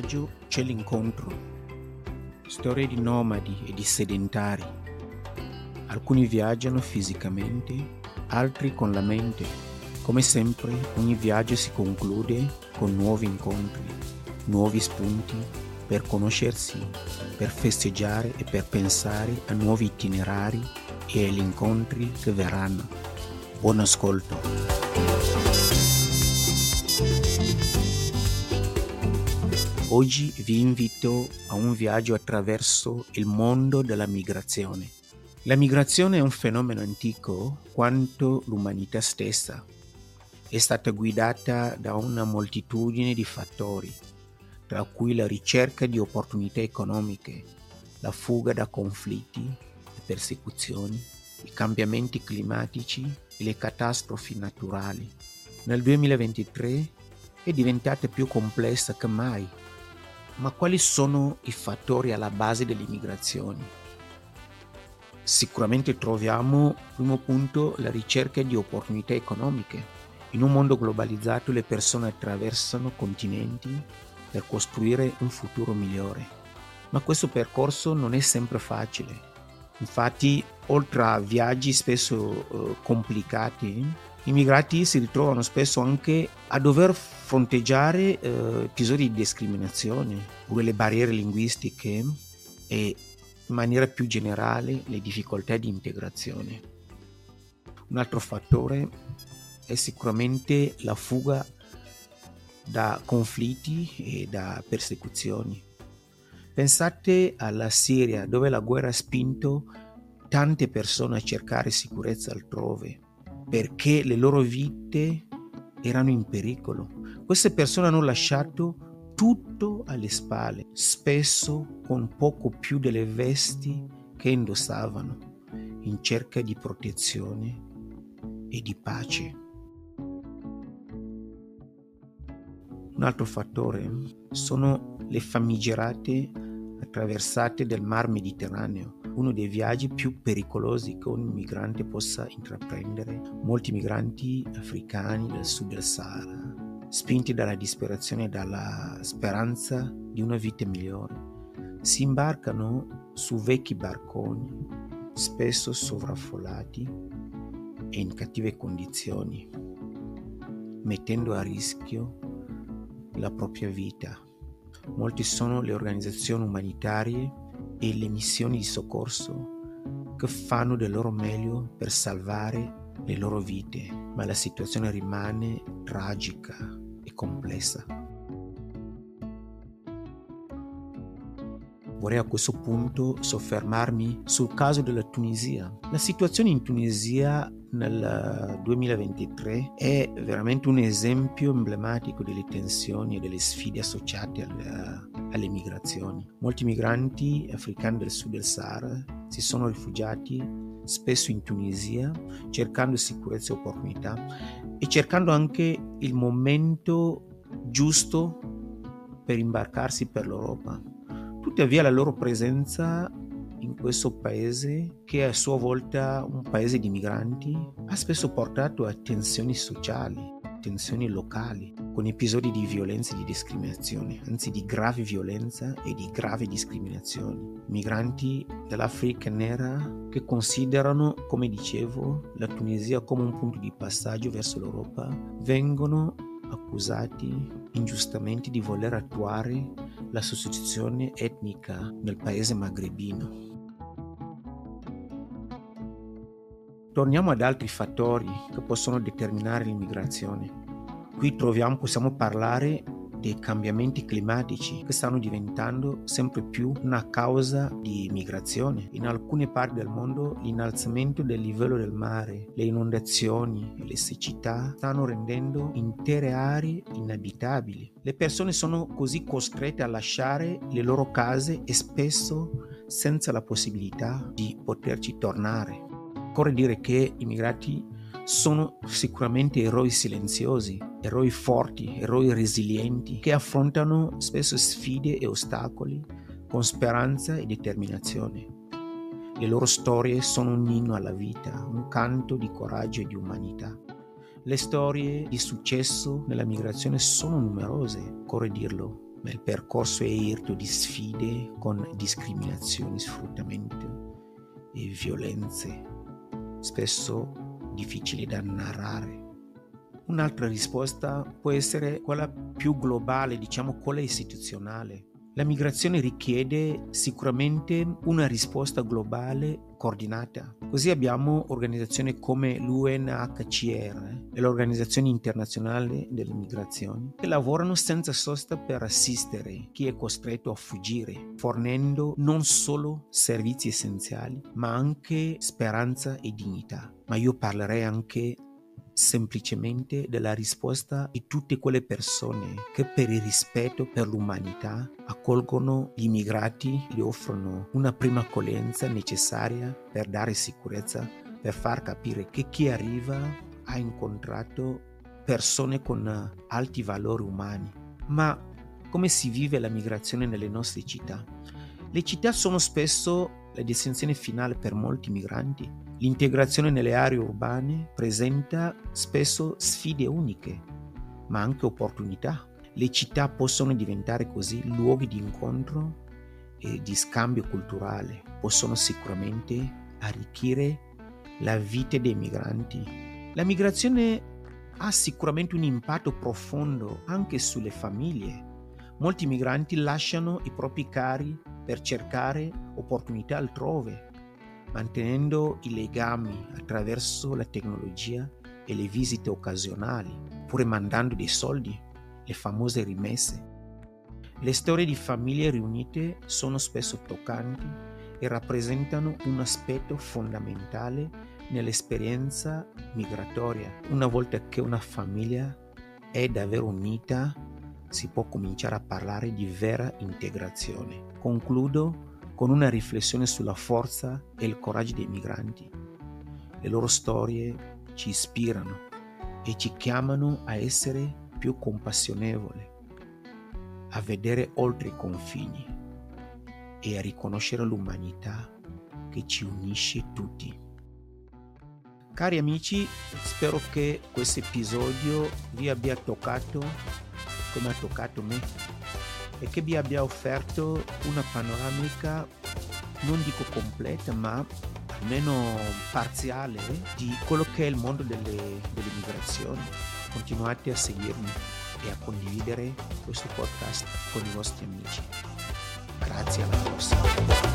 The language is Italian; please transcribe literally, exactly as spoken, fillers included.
viaggio c'è l'incontro. Storie di nomadi e di sedentari. Alcuni viaggiano fisicamente, altri con la mente. Come sempre, ogni viaggio si conclude con nuovi incontri, nuovi spunti per conoscersi, per festeggiare e per pensare a nuovi itinerari e agli incontri che verranno. Buon ascolto! Oggi vi invito a un viaggio attraverso il mondo della migrazione. La migrazione è un fenomeno antico quanto l'umanità stessa. È stata guidata da una moltitudine di fattori, tra cui la ricerca di opportunità economiche, la fuga da conflitti e persecuzioni, i cambiamenti climatici e le catastrofi naturali. Nel duemilaventitré è diventata più complessa che mai. Ma quali sono i fattori alla base delle migrazioni? Sicuramente troviamo, primo punto, la ricerca di opportunità economiche. In un mondo globalizzato le persone attraversano continenti per costruire un futuro migliore. Ma questo percorso non è sempre facile. Infatti, oltre a viaggi spesso eh, complicati, i migrati si ritrovano spesso anche a dover fronteggiare eh, episodi di discriminazione, oppure le barriere linguistiche e, in maniera più generale, le difficoltà di integrazione. Un altro fattore è sicuramente la fuga da conflitti e da persecuzioni. Pensate alla Siria, dove la guerra ha spinto tante persone a cercare sicurezza altrove, perché le loro vite erano in pericolo. Queste persone hanno lasciato tutto alle spalle, spesso con poco più delle vesti che indossavano, in cerca di protezione e di pace. Un altro fattore sono le famigerate attraversate del Mar Mediterraneo, uno dei viaggi più pericolosi che un migrante possa intraprendere. Molti migranti africani del sud del Sahara, spinti dalla disperazione e dalla speranza di una vita migliore, si imbarcano su vecchi barconi, spesso sovraffollati e in cattive condizioni, mettendo a rischio la propria vita. Molti sono le organizzazioni umanitarie e le missioni di soccorso che fanno del loro meglio per salvare le loro vite, ma la situazione rimane tragica e complessa. Vorrei a questo punto soffermarmi sul caso della Tunisia. La situazione in Tunisia nel duemilaventitré è veramente un esempio emblematico delle tensioni e delle sfide associate alle, alle migrazioni. Molti migranti africani del sud del Sahara si sono rifugiati spesso in Tunisia, cercando sicurezza e opportunità e cercando anche il momento giusto per imbarcarsi per l'Europa. Tuttavia la loro presenza in questo paese, che è a sua volta un paese di migranti, ha spesso portato a tensioni sociali, tensioni locali, con episodi di violenza e di discriminazione, anzi di grave violenza e di grave discriminazione. Migranti dell'Africa nera che considerano, come dicevo, la Tunisia come un punto di passaggio verso l'Europa, vengono accusati ingiustamente di voler attuare la sostituzione etnica nel paese magrebino. Torniamo ad altri fattori che possono determinare l'immigrazione. Qui troviamo, possiamo parlare dei cambiamenti climatici che stanno diventando sempre più una causa di migrazione. In alcune parti del mondo l'innalzamento del livello del mare, le inondazioni e le siccità stanno rendendo intere aree inabitabili. Le persone sono così costrette a lasciare le loro case e spesso senza la possibilità di poterci tornare. Occorre dire che i migrati sono sicuramente eroi silenziosi, eroi forti, eroi resilienti, che affrontano spesso sfide e ostacoli con speranza e determinazione. Le loro storie sono un inno alla vita, un canto di coraggio e di umanità. Le storie di successo nella migrazione sono numerose, occorre dirlo. ma il percorso è irto di sfide con discriminazioni, sfruttamento e violenze, spesso difficili da narrare. Un'altra risposta può essere quella più globale, diciamo quella istituzionale. La migrazione richiede sicuramente una risposta globale coordinata. Così abbiamo organizzazioni come l'U N H C R e l'Organizzazione Internazionale delle Migrazioni che lavorano senza sosta per assistere chi è costretto a fuggire, fornendo non solo servizi essenziali, ma anche speranza e dignità. Ma io parlerei anche semplicemente della risposta di tutte quelle persone che per il rispetto per l'umanità accolgono gli immigrati, gli offrono una prima accoglienza necessaria per dare sicurezza, per far capire che chi arriva ha incontrato persone con alti valori umani. Ma come si vive la migrazione nelle nostre città? Le città sono spesso la destinazione finale per molti migranti. L'integrazione nelle aree urbane presenta spesso sfide uniche, ma anche opportunità. Le città possono diventare così luoghi di incontro e di scambio culturale, possono sicuramente arricchire la vita dei migranti. La migrazione ha sicuramente un impatto profondo anche sulle famiglie. Molti migranti lasciano i propri cari per cercare opportunità altrove, mantenendo i legami attraverso la tecnologia e le visite occasionali, oppure mandando dei soldi, le famose rimesse. Le storie di famiglie riunite sono spesso toccanti e rappresentano un aspetto fondamentale nell'esperienza migratoria. Una volta che una famiglia è davvero unita, si può cominciare a parlare di vera integrazione. Concludo con una riflessione sulla forza e il coraggio dei migranti. Le loro storie ci ispirano e ci chiamano a essere più compassionevoli, a vedere oltre i confini e a riconoscere l'umanità che ci unisce tutti. Cari amici, spero che questo episodio vi abbia toccato come ha toccato me e che vi abbia offerto una panoramica, non dico completa, ma almeno parziale di quello che è il mondo delle, delle migrazioni. Continuate a seguirmi e a condividere questo podcast con i vostri amici. Grazie, alla prossima.